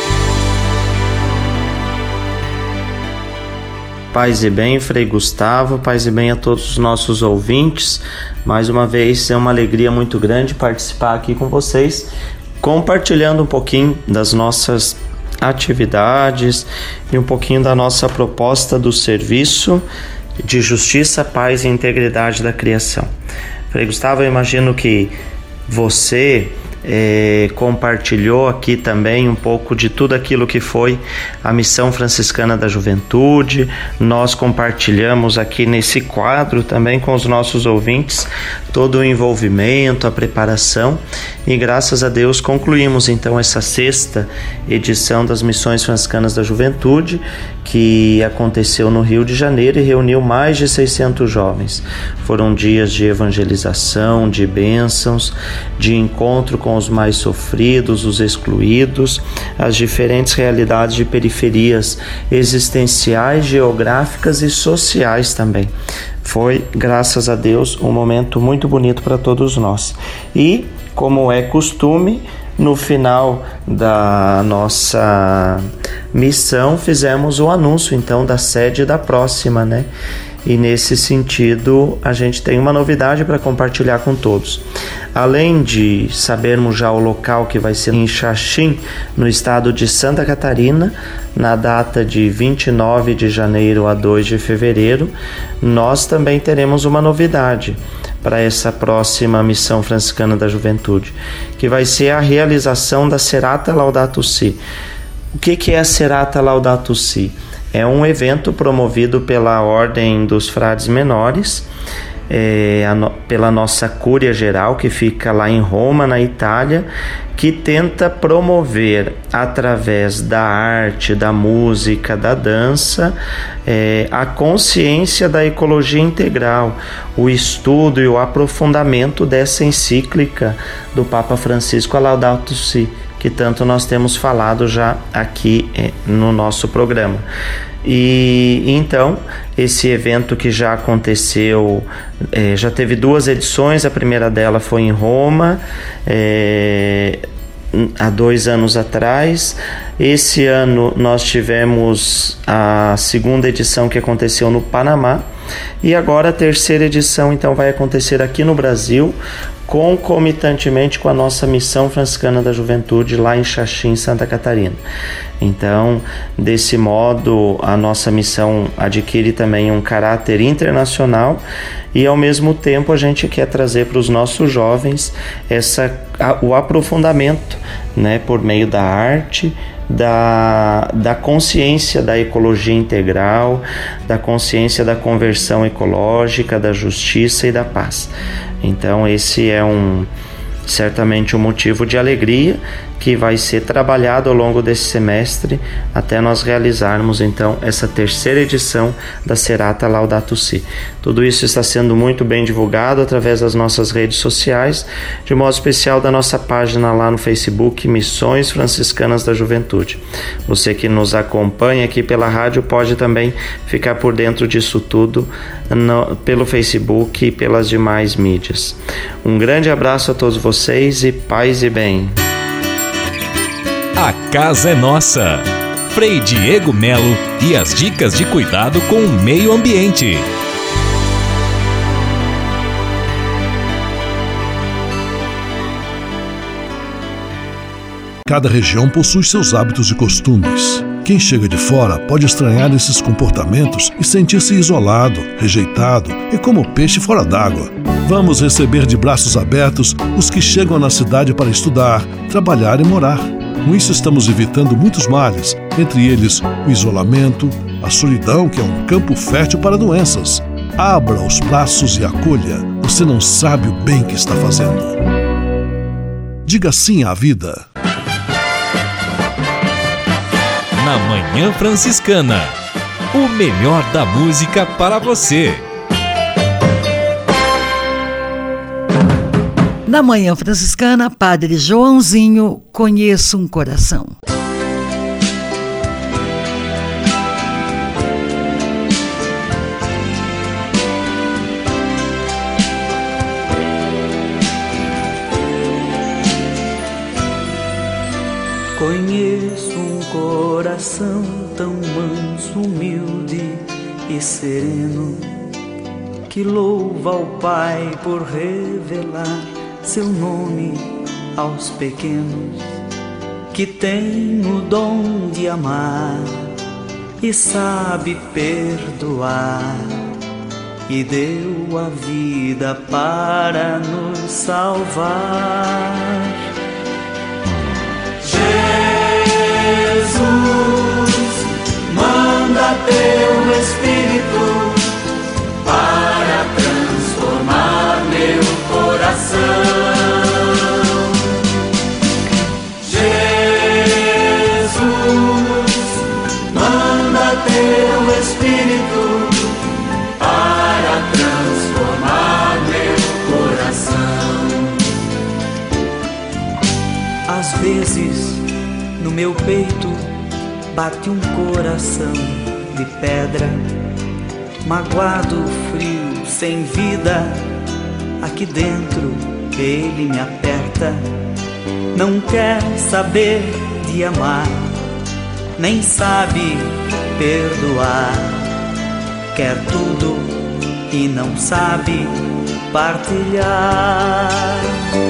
Paz e bem, Frei Gustavo, paz e bem a todos os nossos ouvintes. Mais uma vez é uma alegria muito grande participar aqui com vocês, compartilhando um pouquinho das nossas atividades e um pouquinho da nossa proposta do serviço de justiça, paz e integridade da criação. Frei Gustavo, eu imagino que você É, compartilhou aqui também um pouco de tudo aquilo que foi a Missão Franciscana da Juventude. Nós compartilhamos aqui nesse quadro também com os nossos ouvintes todo o envolvimento, a preparação, e graças a Deus concluímos então essa sexta edição das Missões Franciscanas da Juventude, que aconteceu no Rio de Janeiro e reuniu mais de seiscentos jovens. Foram dias de evangelização, de bênçãos, de encontro com os mais sofridos, os excluídos, as diferentes realidades de periferias existenciais, geográficas e sociais também. Foi, graças a Deus, um momento muito bonito para todos nós. E, como é costume, no final da nossa missão, fizemos o anúncio, então, da sede da próxima, né? E nesse sentido, a gente tem uma novidade para compartilhar com todos. Além de sabermos já o local que vai ser em Xaxim, no estado de Santa Catarina, na data de vinte e nove de janeiro a dois de fevereiro, nós também teremos uma novidade para essa próxima Missão Franciscana da Juventude, que vai ser a realização da Serata Laudato Si. O que que é a Serata Laudato Si? É um evento promovido pela Ordem dos Frades Menores, é, a no, pela nossa Cúria Geral, que fica lá em Roma, na Itália, que tenta promover, através da arte, da música, da dança, é, a consciência da ecologia integral, o estudo e o aprofundamento dessa encíclica do Papa Francisco, a Laudato Si, que tanto nós temos falado já aqui eh, no nosso programa. E então, esse evento que já aconteceu, eh, já teve duas edições, a primeira dela foi em Roma, eh, há dois anos atrás. Esse ano nós tivemos a segunda edição, que aconteceu no Panamá, e agora a terceira edição então vai acontecer aqui no Brasil, concomitantemente com a nossa Missão Franciscana da Juventude lá em Xaxim, Santa Catarina. Então, desse modo, a nossa missão adquire também um caráter internacional, e ao mesmo tempo a gente quer trazer para os nossos jovens essa, a, o aprofundamento, né, por meio da arte, Da, da consciência da ecologia integral, da consciência da conversão ecológica, da justiça e da paz. Então esse é um certamente um motivo de alegria que vai ser trabalhado ao longo desse semestre até nós realizarmos então essa terceira edição da Serata Laudato Si. Tudo isso está sendo muito bem divulgado através das nossas redes sociais, de modo especial da nossa página lá no Facebook, Missões Franciscanas da Juventude. Você que nos acompanha aqui pela rádio pode também ficar por dentro disso tudo no, pelo Facebook e pelas demais mídias. Um grande abraço a todos vocês e paz e bem. A casa é nossa. Frei Diego Melo e as dicas de cuidado com o meio ambiente. Cada região possui seus hábitos e costumes. Quem chega de fora pode estranhar esses comportamentos e sentir-se isolado, rejeitado e como peixe fora d'água. Vamos receber de braços abertos os que chegam na cidade para estudar, trabalhar e morar. Com isso estamos evitando muitos males, entre eles o isolamento, a solidão, que é um campo fértil para doenças. Abra os braços e acolha. Você não sabe o bem que está fazendo. Diga sim à vida. na Manhã Franciscana. O melhor da música para você. Na Manhã Franciscana, Padre Joãozinho, Conheço um Coração. Conheço um coração tão manso, humilde e sereno, que louva ao Pai por revelar seu nome aos pequenos, que tem o dom de amar e sabe perdoar, e deu a vida para nos salvar. Jesus, manda teu Espírito para transformar meu coração. Jesus, manda teu Espírito para transformar meu coração. Às vezes no meu peito bate um coração de pedra, magoado, frio, sem vida. Aqui dentro ele me aperta, não quer saber de amar, nem sabe perdoar, quer tudo e não sabe partilhar.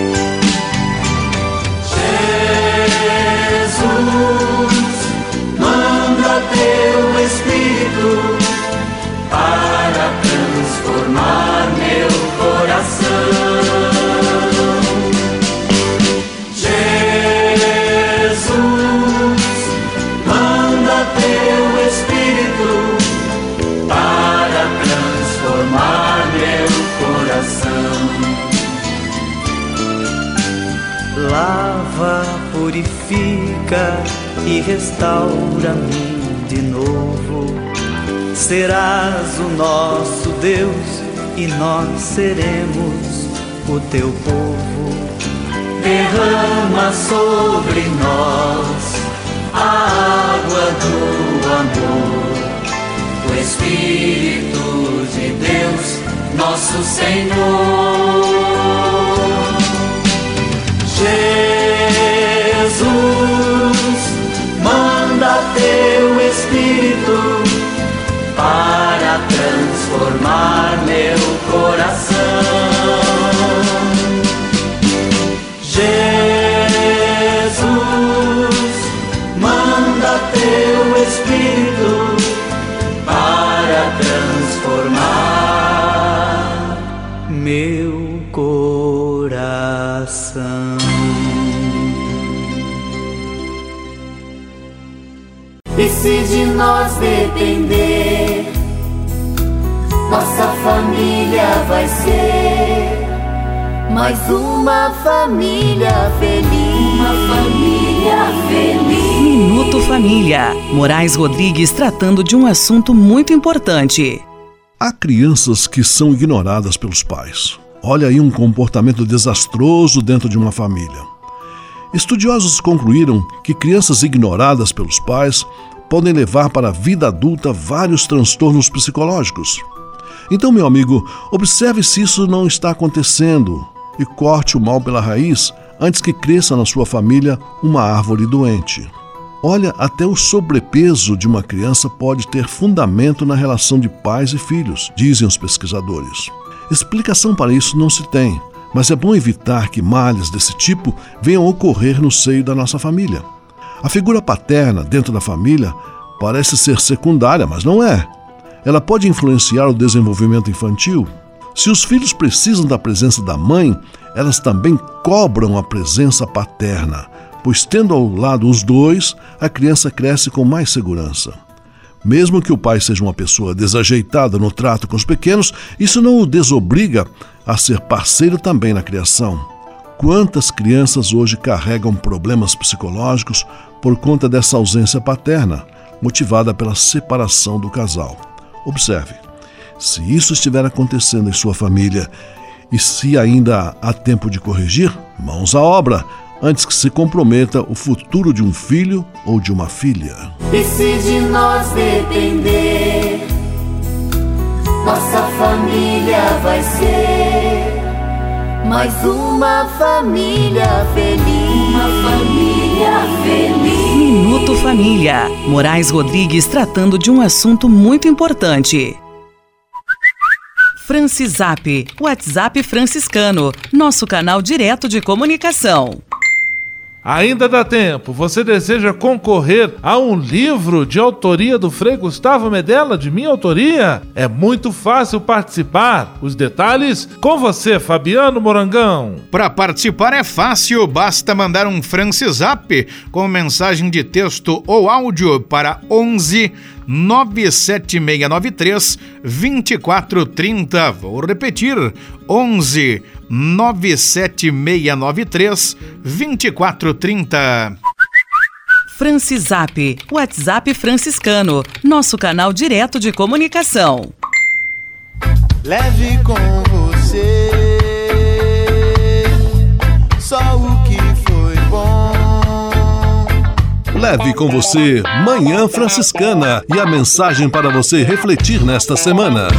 Jesus, manda teu Espírito para transformar meu coração. Jesus, manda teu Espírito para transformar meu coração. Lava, purifica e restaura-me de novo. Serás o nosso Deus e nós seremos o teu povo. Derrama sobre nós a água do amor, o Espírito de Deus, nosso Senhor. Jesus, manda teu Espírito para transformar meu coração. Jesus, manda teu Espírito para transformar meu coração. E se de nós depender, nossa família vai ser mais uma família feliz. Uma família feliz. Minuto Família. Moraes Rodrigues tratando de um assunto muito importante. Há crianças que são ignoradas pelos pais. Olha aí um comportamento desastroso dentro de uma família. Estudiosos concluíram que crianças ignoradas pelos pais podem levar para a vida adulta vários transtornos psicológicos. Então, meu amigo, observe se isso não está acontecendo e corte o mal pela raiz antes que cresça na sua família uma árvore doente. Olha, até o sobrepeso de uma criança pode ter fundamento na relação de pais e filhos, dizem os pesquisadores. Explicação para isso não se tem, mas é bom evitar que males desse tipo venham a ocorrer no seio da nossa família. A figura paterna dentro da família parece ser secundária, mas não é. Ela pode influenciar o desenvolvimento infantil. Se os filhos precisam da presença da mãe, elas também cobram a presença paterna, pois tendo ao lado os dois, a criança cresce com mais segurança. Mesmo que o pai seja uma pessoa desajeitada no trato com os pequenos, isso não o desobriga a ser parceiro também na criação. Quantas crianças hoje carregam problemas psicológicos por conta dessa ausência paterna, motivada pela separação do casal. Observe, se isso estiver acontecendo em sua família e se ainda há tempo de corrigir, mãos à obra, antes que se comprometa o futuro de um filho ou de uma filha. E se de nós depender, nossa família vai ser mais uma família feliz. Uma família feliz. Minuto Família. Moraes Rodrigues tratando de um assunto muito importante. Francisap, WhatsApp franciscano, nosso canal direto de comunicação. Ainda dá tempo. Você deseja concorrer a um livro de autoria do Frei Gustavo Medella, de minha autoria? É muito fácil participar. Os detalhes com você, Fabiano Morangão. Para participar é fácil, basta mandar um Francisap com mensagem de texto ou áudio para onze nove sete seis nove três dois quatro três zero. Vou repetir, onze nove sete seis nove três dois quatro três zero. Francisap, WhatsApp franciscano, nosso canal direto de comunicação. Leve com você só o que foi bom. Leve com você Manhã Franciscana e a mensagem para você refletir nesta semana.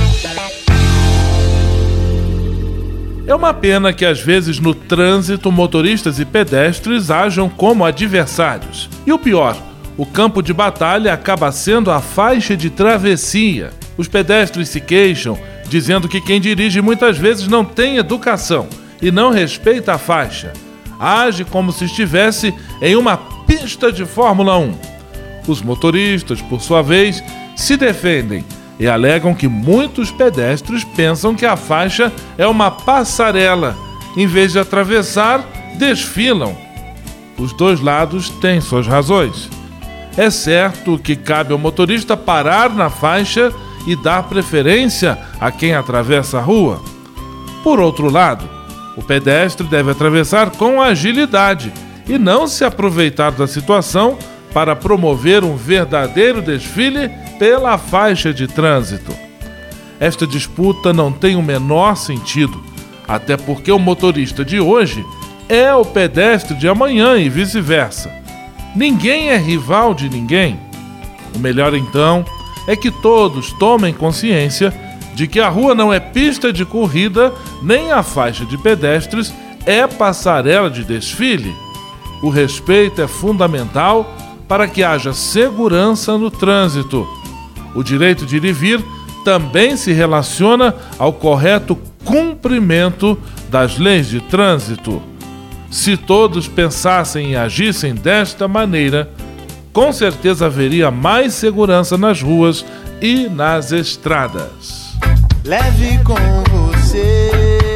É uma pena que às vezes no trânsito motoristas e pedestres ajam como adversários. E o pior, o campo de batalha acaba sendo a faixa de travessia. Os pedestres se queixam, dizendo que quem dirige muitas vezes não tem educação e não respeita a faixa. Age como se estivesse em uma pista de Fórmula um. Os motoristas, por sua vez, se defendem e alegam que muitos pedestres pensam que a faixa é uma passarela. Em vez de atravessar, desfilam. Os dois lados têm suas razões. É certo que cabe ao motorista parar na faixa e dar preferência a quem atravessa a rua. Por outro lado, o pedestre deve atravessar com agilidade e não se aproveitar da situação para promover um verdadeiro desfile pela faixa de trânsito. Esta disputa não tem o menor sentido, até porque o motorista de hoje é o pedestre de amanhã e vice-versa. Ninguém é rival de ninguém. O melhor então é que todos tomem consciência de que a rua não é pista de corrida, nem a faixa de pedestres é passarela de desfile. O respeito é fundamental para que haja segurança no trânsito. O direito de ir e vir também se relaciona ao correto cumprimento das leis de trânsito. Se todos pensassem e agissem desta maneira, com certeza haveria mais segurança nas ruas e nas estradas. Leve com você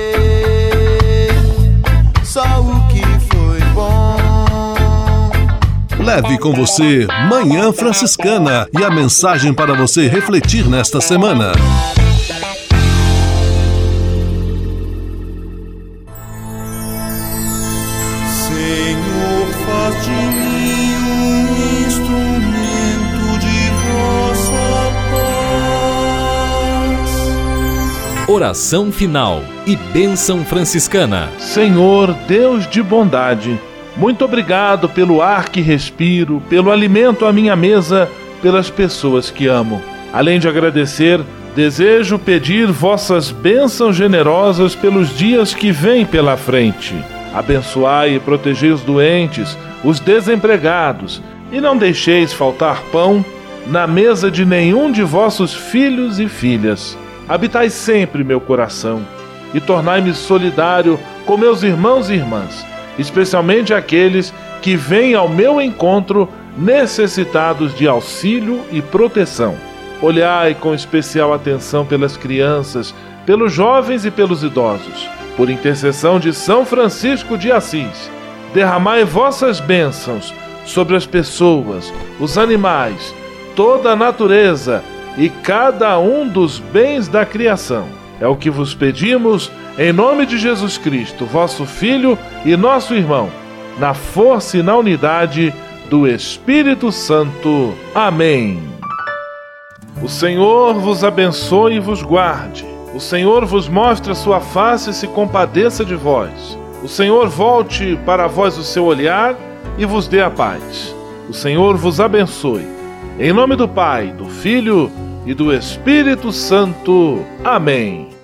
só o que foi bom. Leve com você Manhã Franciscana e a mensagem para você refletir nesta semana. Senhor, faz de mim um instrumento de vossa paz. Oração final e bênção franciscana. Senhor, Deus de bondade, muito obrigado pelo ar que respiro, pelo alimento à minha mesa, pelas pessoas que amo. Além de agradecer, desejo pedir vossas bênçãos generosas pelos dias que vêm pela frente. Abençoai e protegei os doentes, os desempregados, e não deixeis faltar pão na mesa de nenhum de vossos filhos e filhas. Habitai sempre meu coração e tornai-me solidário com meus irmãos e irmãs, especialmente aqueles que vêm ao meu encontro necessitados de auxílio e proteção. Olhai com especial atenção pelas crianças, pelos jovens e pelos idosos. Por intercessão de São Francisco de Assis, derramai vossas bênçãos sobre as pessoas, os animais, toda a natureza e cada um dos bens da criação. É o que vos pedimos, em nome de Jesus Cristo, vosso Filho e nosso irmão, na força e na unidade do Espírito Santo. Amém. O Senhor vos abençoe e vos guarde. O Senhor vos mostre a sua face e se compadeça de vós. O Senhor volte para vós o seu olhar e vos dê a paz. O Senhor vos abençoe. Em nome do Pai, do Filho e do Espírito Santo. Amém.